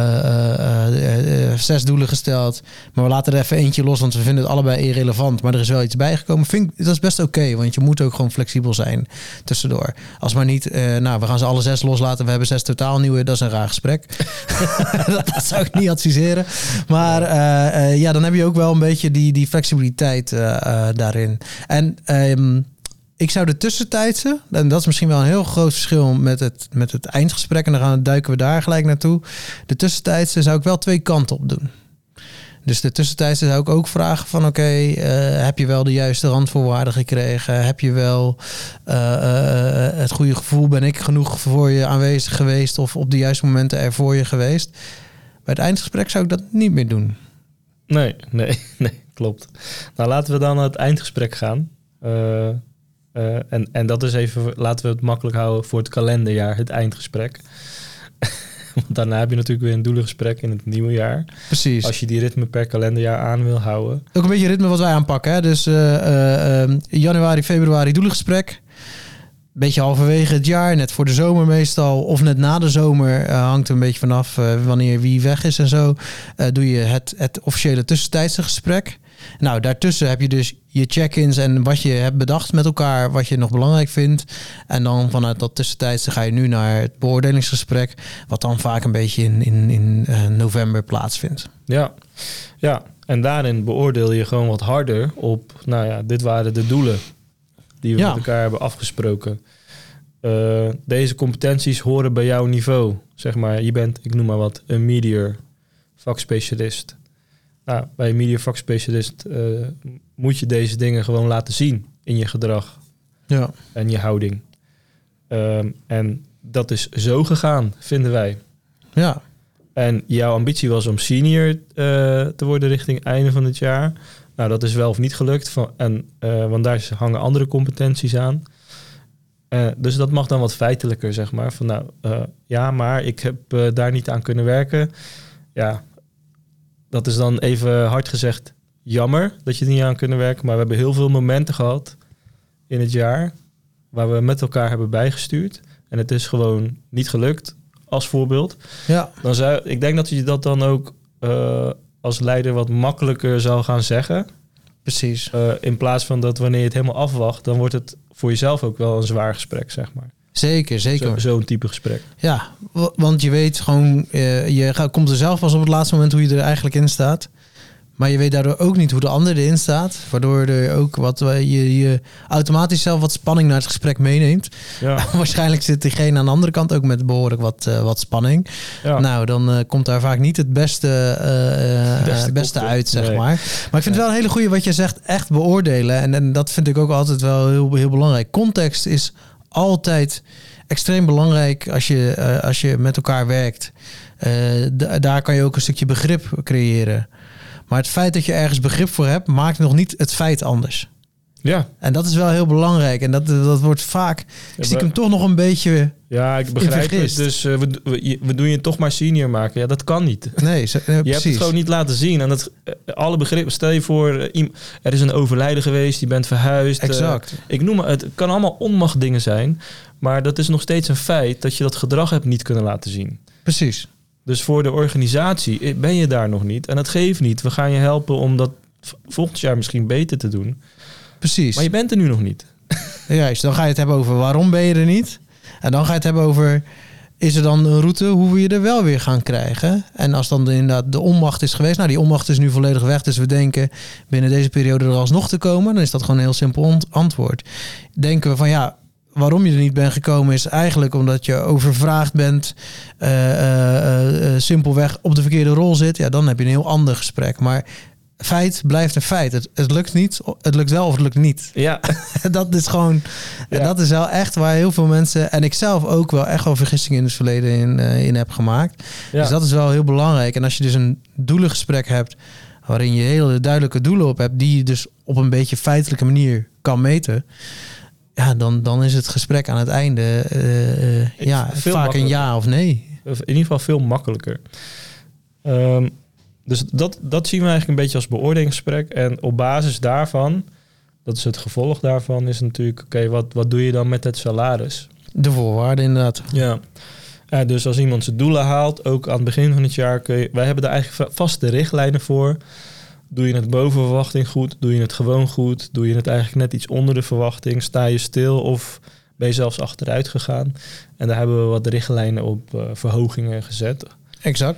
6 doelen gesteld, maar we laten er even eentje los, want we vinden het allebei irrelevant. Maar er is wel iets bijgekomen. Dat is best oké, want je moet ook gewoon flexibel zijn tussendoor. Als maar niet, we gaan ze alle 6 loslaten, we hebben 6 totaal nieuwe, dat is een raar gesprek. dat zou ik niet adviseren. Maar dan heb je ook wel een beetje die flexibiliteit daarin. En ik zou de tussentijdse, en dat is misschien wel een heel groot verschil met het eindgesprek, en dan duiken we daar gelijk naartoe. De tussentijdse zou ik wel 2 kanten op doen. Dus de tussentijdse zou ik ook vragen van heb je wel de juiste randvoorwaarden gekregen? Heb je wel het goede gevoel? Ben ik genoeg voor je aanwezig geweest of op de juiste momenten er voor je geweest? Bij het eindgesprek zou ik dat niet meer doen. Nee, klopt. Nou, laten we dan naar het eindgesprek gaan. En dat is even, laten we het makkelijk houden voor het kalenderjaar, het eindgesprek. Want daarna heb je natuurlijk weer een doelengesprek in het nieuwe jaar. Precies. Als je die ritme per kalenderjaar aan wil houden. Ook een beetje ritme wat wij aanpakken. Hè? Dus januari, februari doelengesprek. Beetje halverwege het jaar, net voor de zomer meestal. Of net na de zomer, hangt er een beetje vanaf wanneer wie weg is en zo. Doe je het officiële tussentijdse gesprek. Nou, daartussen heb je dus je check-ins en wat je hebt bedacht met elkaar, wat je nog belangrijk vindt. En dan vanuit dat tussentijdse ga je nu naar het beoordelingsgesprek, wat dan vaak een beetje in november plaatsvindt. Ja. En daarin beoordeel je gewoon wat harder op... nou ja, dit waren de doelen die we met elkaar hebben afgesproken. Deze competenties horen bij jouw niveau. Zeg maar, je bent, ik noem maar wat, een media vakspecialist. Nou, bij een media vakspecialist moet je deze dingen gewoon laten zien in je gedrag en je houding. En dat is zo gegaan, vinden wij. Ja. En jouw ambitie was om senior te worden richting einde van het jaar. Nou, dat is wel of niet gelukt. Want daar hangen andere competenties aan. Dus dat mag dan wat feitelijker, zeg maar. Van maar ik heb daar niet aan kunnen werken. Ja, dat is dan even hard gezegd jammer dat je er niet aan kunnen werken. Maar we hebben heel veel momenten gehad in het jaar waar we met elkaar hebben bijgestuurd. En het is gewoon niet gelukt, als voorbeeld. Ja. Ik denk dat je dat dan ook als leider wat makkelijker zou gaan zeggen. Precies. In plaats van dat wanneer je het helemaal afwacht, dan wordt het voor jezelf ook wel een zwaar gesprek, zeg maar. Zeker. Zo'n type gesprek. Ja, want je weet gewoon, je komt er zelf pas op het laatste moment hoe je er eigenlijk in staat. Maar je weet daardoor ook niet hoe de ander erin staat. Waardoor er ook je automatisch zelf wat spanning naar het gesprek meeneemt. Ja. Waarschijnlijk zit diegene aan de andere kant ook met behoorlijk wat spanning. Ja. Nou, dan komt daar vaak niet het beste uit, zeg maar. Maar ik vind het wel een hele goede wat je zegt, echt beoordelen. En dat vind ik ook altijd wel heel, heel belangrijk. Context is altijd extreem belangrijk als je met elkaar werkt. Daar kan je ook een stukje begrip creëren. Maar het feit dat je ergens begrip voor hebt, maakt nog niet het feit anders. Ja. En dat is wel heel belangrijk. En dat wordt vaak stiekem toch nog een beetje... Ja, ik begrijp het. Dus we doen je toch maar senior maken. Ja, dat kan niet. Nee, je hebt het gewoon niet laten zien. En alle begrippen... Stel je voor, er is een overlijden geweest, je bent verhuisd. Exact. Ik noem het kan allemaal onmachtdingen zijn. Maar dat is nog steeds een feit dat je dat gedrag hebt niet kunnen laten zien. Precies. Dus voor de organisatie ben je daar nog niet. En dat geeft niet. We gaan je helpen om dat volgend jaar misschien beter te doen. Precies. Maar je bent er nu nog niet. Juist, dan ga je het hebben over waarom ben je er niet. En dan ga je het hebben over... Is er dan een route hoe we je er wel weer gaan krijgen? En als dan inderdaad de onmacht is geweest... Nou, die onmacht is nu volledig weg. Dus we denken binnen deze periode er alsnog te komen. Dan is dat gewoon een heel simpel antwoord. Denken we van waarom je er niet bent gekomen is eigenlijk omdat je overvraagd bent, simpelweg op de verkeerde rol zit. Ja, dan heb je een heel ander gesprek. Maar feit blijft een feit. Het lukt niet, het lukt wel of het lukt niet. Ja. Dat is gewoon, dat is wel echt waar heel veel mensen, en ik zelf ook wel echt wel vergissingen in het verleden in heb gemaakt. Ja. Dus dat is wel heel belangrijk. En als je dus een doelengesprek hebt, waarin je hele duidelijke doelen op hebt, die je dus op een beetje feitelijke manier kan meten. Ja, dan is het gesprek aan het einde vaak een ja of nee. In ieder geval veel makkelijker. Dus dat zien we eigenlijk een beetje als beoordelingsgesprek. En op basis daarvan, dat is het gevolg daarvan, is natuurlijk... Oké, wat doe je dan met het salaris? De voorwaarden inderdaad. Ja. Dus als iemand zijn doelen haalt, ook aan het begin van het jaar... wij hebben daar eigenlijk vaste richtlijnen voor... Doe je het boven verwachting goed? Doe je het gewoon goed? Doe je het eigenlijk net iets onder de verwachting? Sta je stil of ben je zelfs achteruit gegaan? En daar hebben we wat richtlijnen op verhogingen gezet. Exact.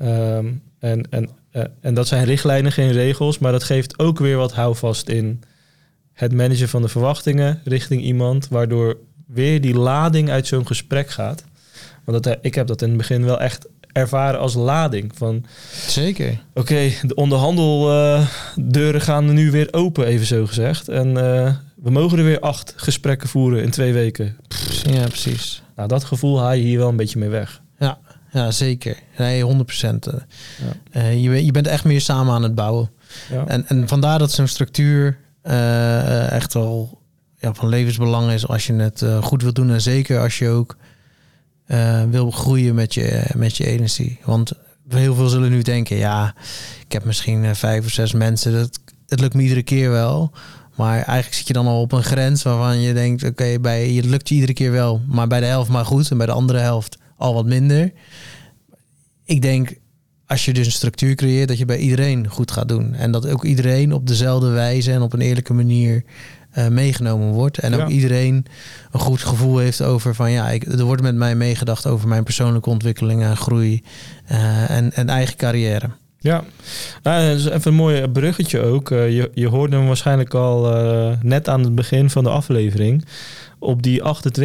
En dat zijn richtlijnen, geen regels. Maar dat geeft ook weer wat houvast in het managen van de verwachtingen richting iemand. Waardoor weer die lading uit zo'n gesprek gaat. Want ik heb dat in het begin wel echt... ervaren als lading. Van, zeker. Oké, de onderhandeldeuren gaan nu weer open, even zo gezegd. En we mogen er weer 8 gesprekken voeren in 2 weken. Ja, precies. Nou, dat gevoel haal je hier wel een beetje mee weg. Ja, zeker. Nee, 100%. Je bent echt meer samen aan het bouwen. Ja. En vandaar dat zo'n structuur echt wel van levensbelang is als je het goed wilt doen. En zeker als je ook wil groeien met je agency. Want heel veel zullen nu denken, ik heb misschien 5 of 6 mensen. Het lukt me iedere keer wel. Maar eigenlijk zit je dan al op een grens waarvan je denkt, het lukt je iedere keer wel. Maar bij de helft maar goed en bij de andere helft al wat minder. Ik denk, als je dus een structuur creëert, dat je bij iedereen goed gaat doen. En dat ook iedereen op dezelfde wijze en op een eerlijke manier meegenomen wordt. En ook iedereen een goed gevoel heeft over van er wordt met mij meegedacht over mijn persoonlijke ontwikkeling en groei en eigen carrière. Ja, dat is even een mooi bruggetje ook. Je hoorde hem waarschijnlijk al net aan het begin van de aflevering. Op die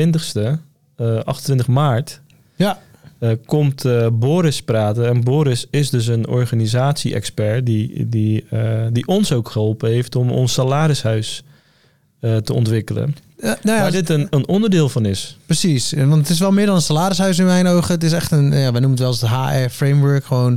28 maart... Ja. Komt Boris praten. En Boris is dus een organisatie-expert die ons ook geholpen heeft om ons salarishuis te ontwikkelen. Waar dit een onderdeel van is. Precies, want het is wel meer dan een salarishuis in mijn ogen. Het is echt wij noemen het wel eens het HR-framework. Gewoon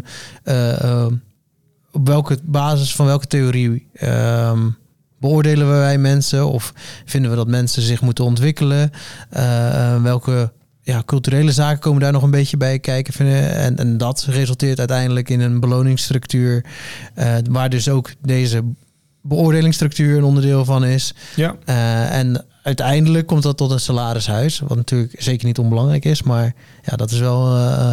op welke basis van welke theorie beoordelen wij mensen? Of vinden we dat mensen zich moeten ontwikkelen? Welke culturele zaken komen daar nog een beetje bij kijken. En dat resulteert uiteindelijk in een beloningsstructuur. Waar dus ook deze beoordelingsstructuur een onderdeel van is. Ja. En uiteindelijk komt dat tot een salarishuis. Wat natuurlijk zeker niet onbelangrijk is. Maar dat is wel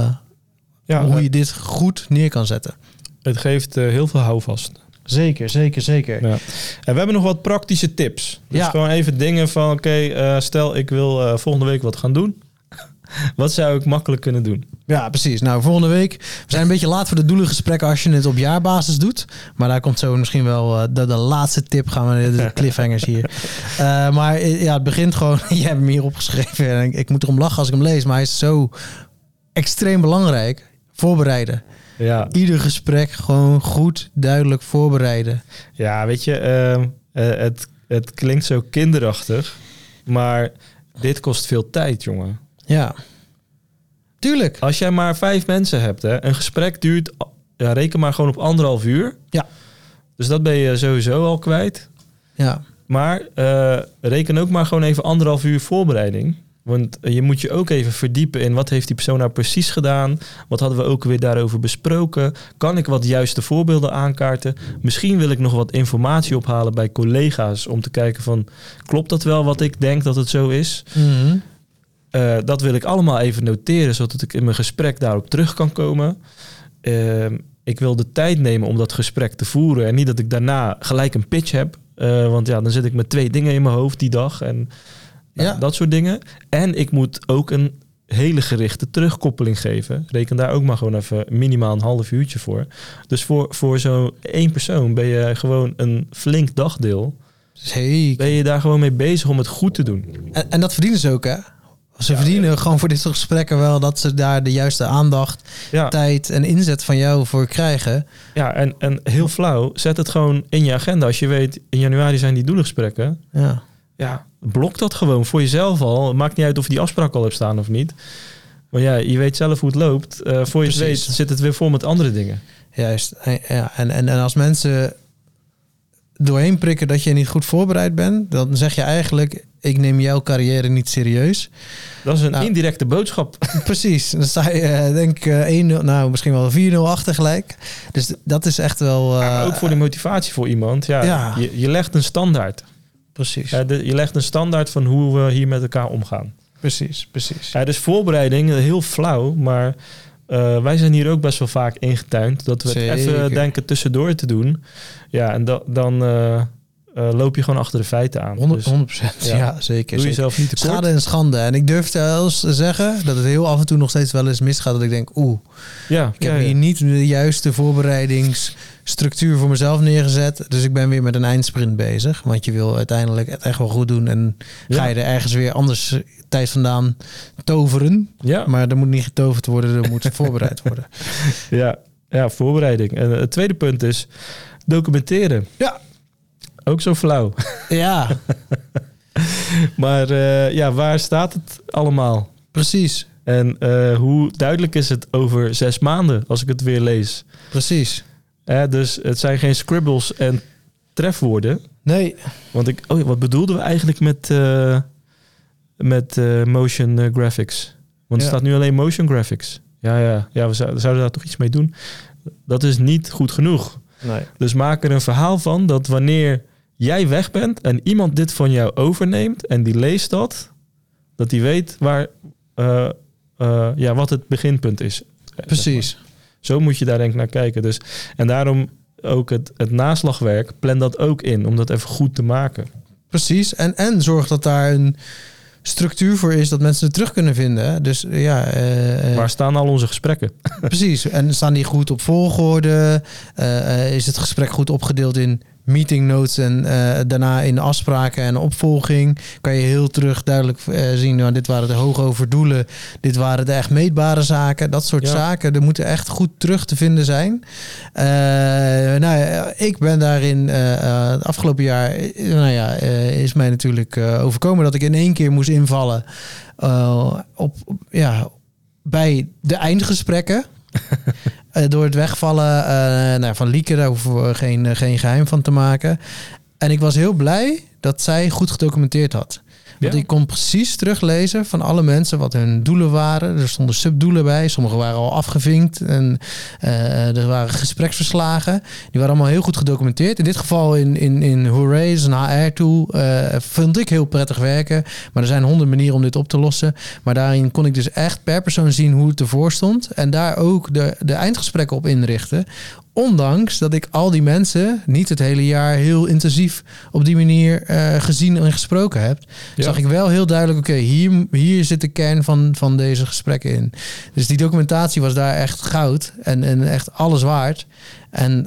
hoe je dit goed neer kan zetten. Het geeft heel veel houvast. Zeker. Ja. En we hebben nog wat praktische tips. Dus gewoon even dingen van... stel ik wil volgende week wat gaan doen. Wat zou ik makkelijk kunnen doen? Ja, precies. Nou, volgende week... We zijn een beetje laat voor de doelengesprekken als je het op jaarbasis doet. Maar daar komt zo misschien wel de laatste tip. Gaan we de cliffhangers hier. Maar het begint gewoon... Jij hebt hem hier opgeschreven. En ik moet erom lachen als ik hem lees. Maar hij is zo extreem belangrijk. Voorbereiden. Ja. Ieder gesprek gewoon goed, duidelijk voorbereiden. Ja, weet je... het klinkt zo kinderachtig. Maar dit kost veel tijd, jongen. Ja, tuurlijk. Als jij maar 5 mensen hebt, hè, een gesprek duurt, reken maar gewoon op 1,5 uur. Ja. Dus dat ben je sowieso al kwijt. Ja. Maar reken ook maar gewoon even 1,5 uur voorbereiding. Want je moet je ook even verdiepen in wat heeft die persoon nou precies gedaan. Wat hadden we ook weer daarover besproken. Kan ik wat juiste voorbeelden aankaarten? Misschien wil ik nog wat informatie ophalen bij collega's om te kijken van, klopt dat wel wat ik denk dat het zo is? Mm-hmm. Dat wil ik allemaal even noteren, zodat ik in mijn gesprek daarop terug kan komen. Ik wil de tijd nemen om dat gesprek te voeren. En niet dat ik daarna gelijk een pitch heb. Want dan zit ik met 2 dingen in mijn hoofd die dag. En dat soort dingen. En ik moet ook een hele gerichte terugkoppeling geven. Reken daar ook maar gewoon even minimaal een half uurtje voor. Dus voor zo'n 1 persoon ben je gewoon een flink dagdeel. Zeker. Ben je daar gewoon mee bezig om het goed te doen. En dat verdienen ze ook, hè? Ze verdienen gewoon voor dit soort gesprekken wel dat ze daar de juiste aandacht, tijd en inzet van jou voor krijgen. Ja, en heel flauw, zet het gewoon in je agenda. Als je weet, in januari zijn die doelengesprekken. Ja, blok dat gewoon voor jezelf al. Het maakt niet uit of je die afspraak al hebt staan of niet. Maar je weet zelf hoe het loopt. Voor je het weet zit het weer vol met andere dingen. Juist. Ja, en als mensen doorheen prikken dat je niet goed voorbereid bent, dan zeg je eigenlijk, ik neem jouw carrière niet serieus. Dat is een indirecte boodschap. Precies. Dan sta je denk ik 1-0, misschien wel 4-0 achter gelijk. Dus dat is echt wel... maar ook voor de motivatie voor iemand. Je legt een standaard. Precies. Je legt een standaard van hoe we hier met elkaar omgaan. Precies. Dus voorbereiding, heel flauw, maar wij zijn hier ook best wel vaak ingetuind dat we het even denken tussendoor te doen. Ja, en dan loop je gewoon achter de feiten aan. 100%. Ja, zeker. Doe jezelf niet tekort. Schade en schande. En ik durf zelfs te zeggen dat het heel af en toe nog steeds wel eens misgaat. Dat ik denk, ik heb hier niet de juiste voorbereidingsstructuur voor mezelf neergezet. Dus ik ben weer met een eindsprint bezig. Want je wil uiteindelijk het echt wel goed doen. En ga je er ergens weer anders tijd vandaan toveren. Ja. Maar er moet niet getoverd worden, er moet voorbereid worden. Ja, voorbereiding. En het tweede punt is documenteren. Ja. Ook zo flauw. Ja. Maar waar staat het allemaal? Precies. En hoe duidelijk is het over 6 maanden als ik het weer lees? Precies. Dus het zijn geen scribbles en trefwoorden. Nee. Want wat bedoelden we eigenlijk met motion graphics? Want er staat nu alleen motion graphics. Ja, we zouden daar toch iets mee doen. Dat is niet goed genoeg. Nee. Dus maak er een verhaal van dat wanneer jij weg bent en iemand dit van jou overneemt en die leest dat die weet waar, wat het beginpunt is. Precies. Zeg maar. Zo moet je daar denk ik naar kijken. Dus, en daarom ook het naslagwerk, plan dat ook in om dat even goed te maken. Precies. En zorg dat daar structuur voor is dat mensen het terug kunnen vinden. Dus waar staan al onze gesprekken? Precies. En staan die goed op volgorde? Is het gesprek goed opgedeeld in meeting notes en daarna in afspraken en opvolging? Kan je heel terug duidelijk zien, nou, dit waren de hoogover doelen, dit waren de echt meetbare zaken, dat soort zaken. Er moeten echt goed terug te vinden zijn. Ik ben daarin het afgelopen jaar, is mij natuurlijk overkomen dat ik in 1 keer moest invallen bij de eindgesprekken. Door het wegvallen van Lieke, daar hoeven we geen geheim van te maken. En ik was heel blij dat zij goed gedocumenteerd had. Want ik kon precies teruglezen van alle mensen wat hun doelen waren. Er stonden subdoelen bij. Sommige waren al afgevinkt. En er waren gespreksverslagen. Die waren allemaal heel goed gedocumenteerd. In dit geval in Hooray, is een HR-tool. Vond ik heel prettig werken. Maar er zijn 100 manieren om dit op te lossen. Maar daarin kon ik dus echt per persoon zien hoe het ervoor stond. En daar ook de eindgesprekken op inrichten. Ondanks dat ik al die mensen niet het hele jaar heel intensief op die manier gezien en gesproken heb, zag ik wel heel duidelijk, oké, hier zit de kern van deze gesprekken in. Dus die documentatie was daar echt goud en echt alles waard. En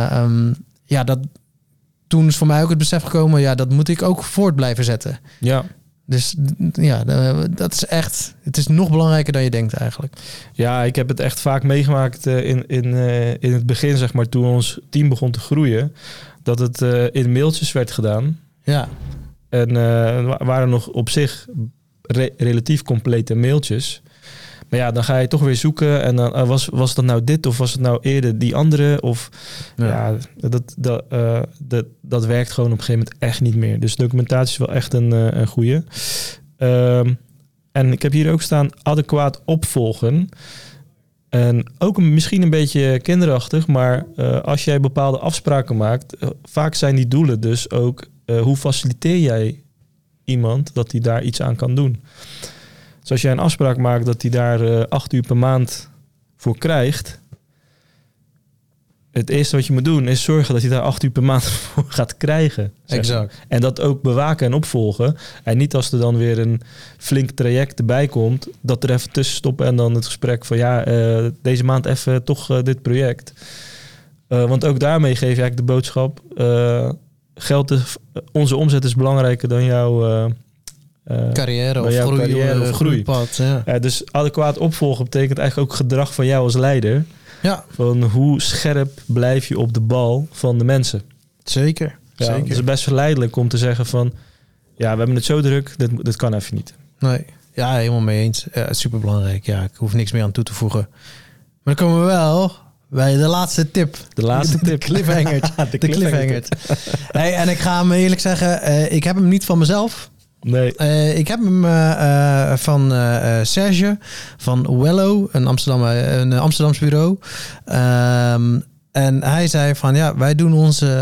toen is voor mij ook het besef gekomen, dat moet ik ook voort blijven zetten. Ja. Dus dat is echt, het is nog belangrijker dan je denkt eigenlijk. Ja, ik heb het echt vaak meegemaakt in het begin, zeg maar, toen ons team begon te groeien, dat het in mailtjes werd gedaan. Ja. En waren nog op zich relatief complete mailtjes. Maar dan ga je toch weer zoeken en dan was dat nou dit of was het nou eerder die andere? Of dat werkt gewoon op een gegeven moment echt niet meer. Dus documentatie is wel echt een goeie. En ik heb hier ook staan adequaat opvolgen. En ook misschien een beetje kinderachtig, maar als jij bepaalde afspraken maakt, vaak zijn die doelen dus ook hoe faciliteer jij iemand dat hij daar iets aan kan doen. Dus als jij een afspraak maakt dat hij daar 8 uur per maand voor krijgt, het eerste wat je moet doen is zorgen dat hij daar 8 uur per maand voor gaat krijgen. Exact. En dat ook bewaken en opvolgen. En niet als er dan weer een flink traject erbij komt, dat er even tussen stoppen en dan het gesprek van deze maand even toch dit project. Want ook daarmee geef je eigenlijk de boodschap, onze omzet is belangrijker dan jouw carrière of groeipad. Ja. Dus adequaat opvolgen betekent eigenlijk ook gedrag van jou als leider. Ja. Van hoe scherp blijf je op de bal van de mensen. Zeker. Zeker. Het is best verleidelijk om te zeggen van, we hebben het zo druk, dit kan even niet. Nee, helemaal mee eens. Superbelangrijk. Ja, ik hoef niks meer aan toe te voegen. Maar dan komen we wel bij de laatste tip. De cliffhanger. de cliffhanger. Hey, en ik ga hem eerlijk zeggen, ik heb hem niet van mezelf. Nee. Ik heb hem van Serge van Wello, een Amsterdams bureau. En hij zei van wij doen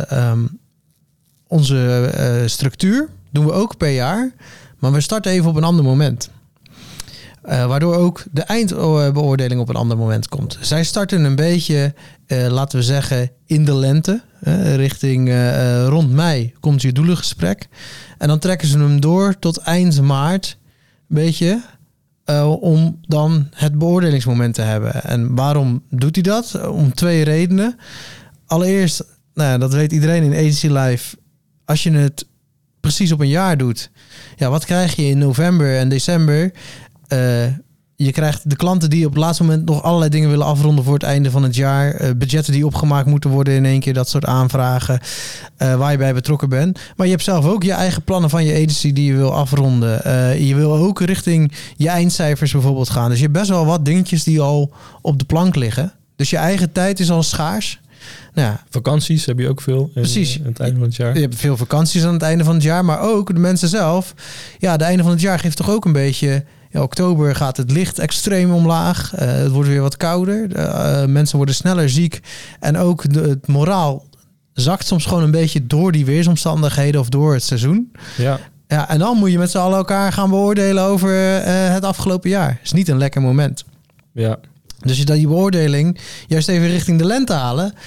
onze structuur doen we ook per jaar, maar we starten even op een ander moment. Waardoor ook de eindbeoordeling op een ander moment komt. Zij starten een beetje, laten we zeggen, in de lente. Richting rond mei komt je doelengesprek. En dan trekken ze hem door tot eind maart. Een beetje. Om dan het beoordelingsmoment te hebben. En waarom doet hij dat? Om 2 redenen. Allereerst, dat weet iedereen in Agency Life. Als je het precies op een jaar doet. Wat krijg je in november en december? Je krijgt de klanten die op het laatste moment nog allerlei dingen willen afronden voor het einde van het jaar. Budgetten die opgemaakt moeten worden in één keer. Dat soort aanvragen waar je bij betrokken bent. Maar je hebt zelf ook je eigen plannen van je agency die je wil afronden. Je wil ook richting je eindcijfers bijvoorbeeld gaan. Dus je hebt best wel wat dingetjes die al op de plank liggen. Dus je eigen tijd is al schaars. Vakanties heb je ook veel. Precies. Aan het einde van het jaar. Je hebt veel vakanties aan het einde van het jaar. Maar ook de mensen zelf. Het einde van het jaar geeft toch ook een beetje. In oktober gaat het licht extreem omlaag. Het wordt weer wat kouder. Mensen worden sneller ziek. En ook het moraal zakt soms gewoon een beetje door die weersomstandigheden of door het seizoen. Ja. En dan moet je met z'n allen elkaar gaan beoordelen over het afgelopen jaar. Is niet een lekker moment. Ja. Dus je die beoordeling juist even richting de lente halen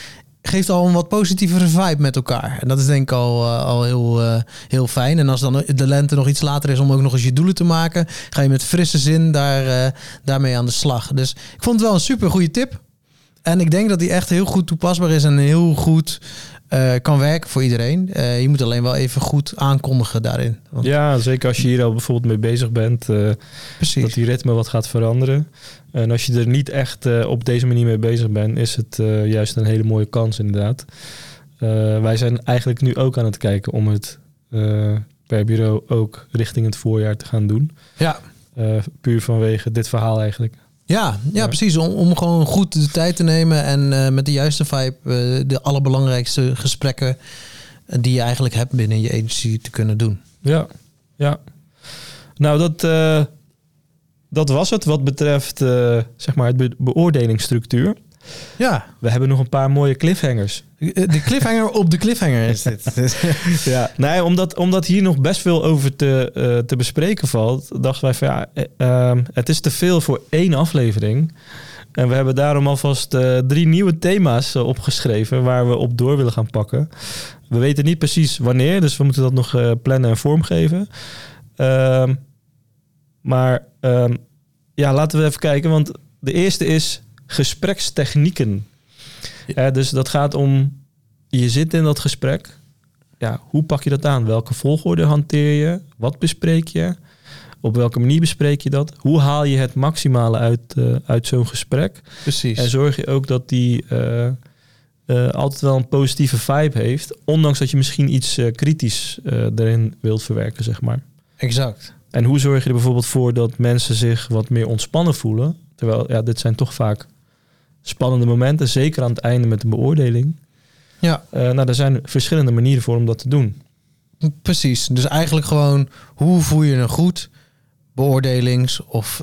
geeft al een wat positievere vibe met elkaar. En dat is denk ik al heel fijn. En als dan de lente nog iets later is om ook nog eens je doelen te maken, ga je met frisse zin daarmee aan de slag. Dus ik vond het wel een super goede tip. En ik denk dat die echt heel goed toepasbaar is en heel goed kan werken voor iedereen. Je moet alleen wel even goed aankondigen daarin. Want Ja, zeker als je hier al bijvoorbeeld mee bezig bent. precies. Dat die ritme wat gaat veranderen. En als je er niet echt op deze manier mee bezig bent, is het juist een hele mooie kans inderdaad. Wij zijn eigenlijk nu ook aan het kijken om het per bureau ook richting het voorjaar te gaan doen. Ja. Puur vanwege dit verhaal eigenlijk. Ja, Ja. precies. Om gewoon goed de tijd te nemen en met de juiste vibe de allerbelangrijkste gesprekken die je eigenlijk hebt binnen je agency te kunnen doen. Ja. Nou, dat was het wat betreft zeg maar het beoordelingsstructuur. Ja, We hebben nog een paar mooie cliffhangers. de cliffhanger op de cliffhanger is dit. Ja, nee, omdat hier nog best veel over te bespreken valt, dachten wij van het is te veel voor 1 aflevering. En we hebben daarom alvast 3 nieuwe thema's opgeschreven waar we op door willen gaan pakken. We weten niet precies wanneer, dus we moeten dat nog plannen en vormgeven. Maar laten we even kijken, want de eerste is gesprekstechnieken. Dus dat gaat om, je zit in dat gesprek. Ja, hoe pak je dat aan? Welke volgorde hanteer je? Wat bespreek je? Op welke manier bespreek je dat? Hoe haal je het maximale uit zo'n gesprek? Precies. En zorg je ook dat die altijd wel een positieve vibe heeft, ondanks dat je misschien iets kritisch erin wilt verwerken, zeg maar. Exact. En hoe zorg je er bijvoorbeeld voor dat mensen zich wat meer ontspannen voelen? Terwijl, dit zijn toch vaak spannende momenten, zeker aan het einde met een beoordeling. Ja. Er zijn verschillende manieren voor om dat te doen. Precies. Dus eigenlijk gewoon, hoe voer je een goed beoordelings- of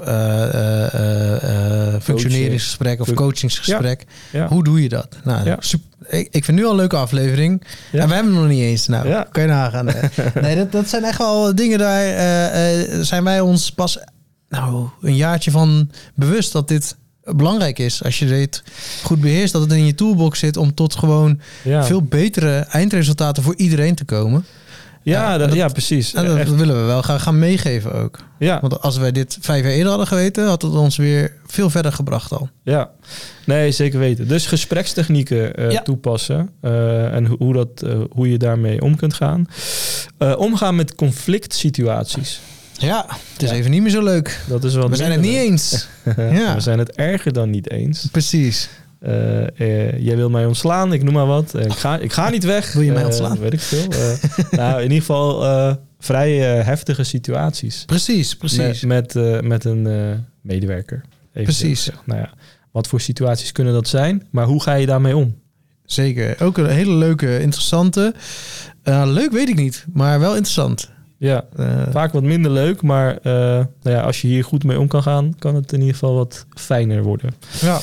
functioneringsgesprek of coachingsgesprek? Ja. Hoe doe je dat? Nou, Ja. Ik vind nu al een leuke aflevering. Ja. En we hebben hem nog niet eens. Nou, Ja. kan je nagaan. Nee, dat zijn echt wel dingen, daar zijn wij ons pas een jaartje van bewust dat dit belangrijk is. Als je dit goed beheerst, dat het in je toolbox zit om tot gewoon veel betere eindresultaten voor iedereen te komen. Precies. En dat willen we wel gaan meegeven ook. Ja. Want als wij dit 5 jaar eerder hadden geweten, had het ons weer veel verder gebracht al. Ja, nee, zeker weten. Dus gesprekstechnieken toepassen en hoe je daarmee om kunt gaan. Omgaan met conflict situaties. Ja, het is even niet meer zo leuk. Dat is wel We zijn het niet eens. Ja. We zijn het erger dan niet eens. Precies. Jij wil mij ontslaan, ik noem maar wat. Ik ga niet weg. Wil je mij ontslaan? Weet ik veel. In ieder geval vrij heftige situaties. Precies. Met een medewerker. Even Precies. Wat voor situaties kunnen dat zijn? Maar hoe ga je daarmee om? Zeker. Ook een hele leuke, interessante. Leuk weet ik niet, maar wel interessant. Ja, vaak wat minder leuk. Maar als je hier goed mee om kan gaan, kan het in ieder geval wat fijner worden. Ja.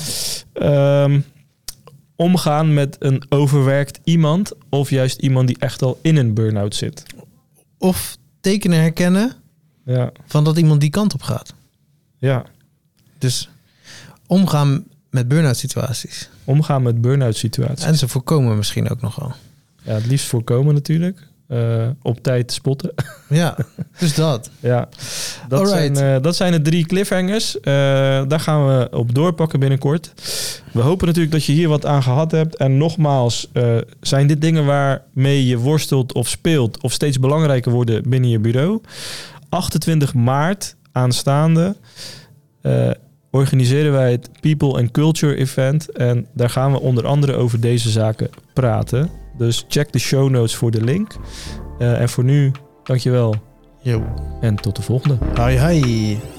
Omgaan met een overwerkt iemand of juist iemand die echt al in een burn-out zit. Of tekenen herkennen van dat iemand die kant op gaat. Ja. Dus omgaan met burn-out situaties. Omgaan met burn-out situaties. En ze voorkomen misschien ook nogal. Ja, het liefst voorkomen natuurlijk. Op tijd spotten. Ja, dus dat. Ja, dat zijn de 3 cliffhangers. Daar gaan we op doorpakken binnenkort. We hopen natuurlijk dat je hier wat aan gehad hebt. En nogmaals, zijn dit dingen waarmee je worstelt of speelt of steeds belangrijker worden binnen je bureau? 28 maart aanstaande organiseren wij het People and Culture Event. En daar gaan we onder andere over deze zaken praten. Dus check de show notes voor de link. En voor nu, dankjewel. Yo. En tot de volgende. Hoi.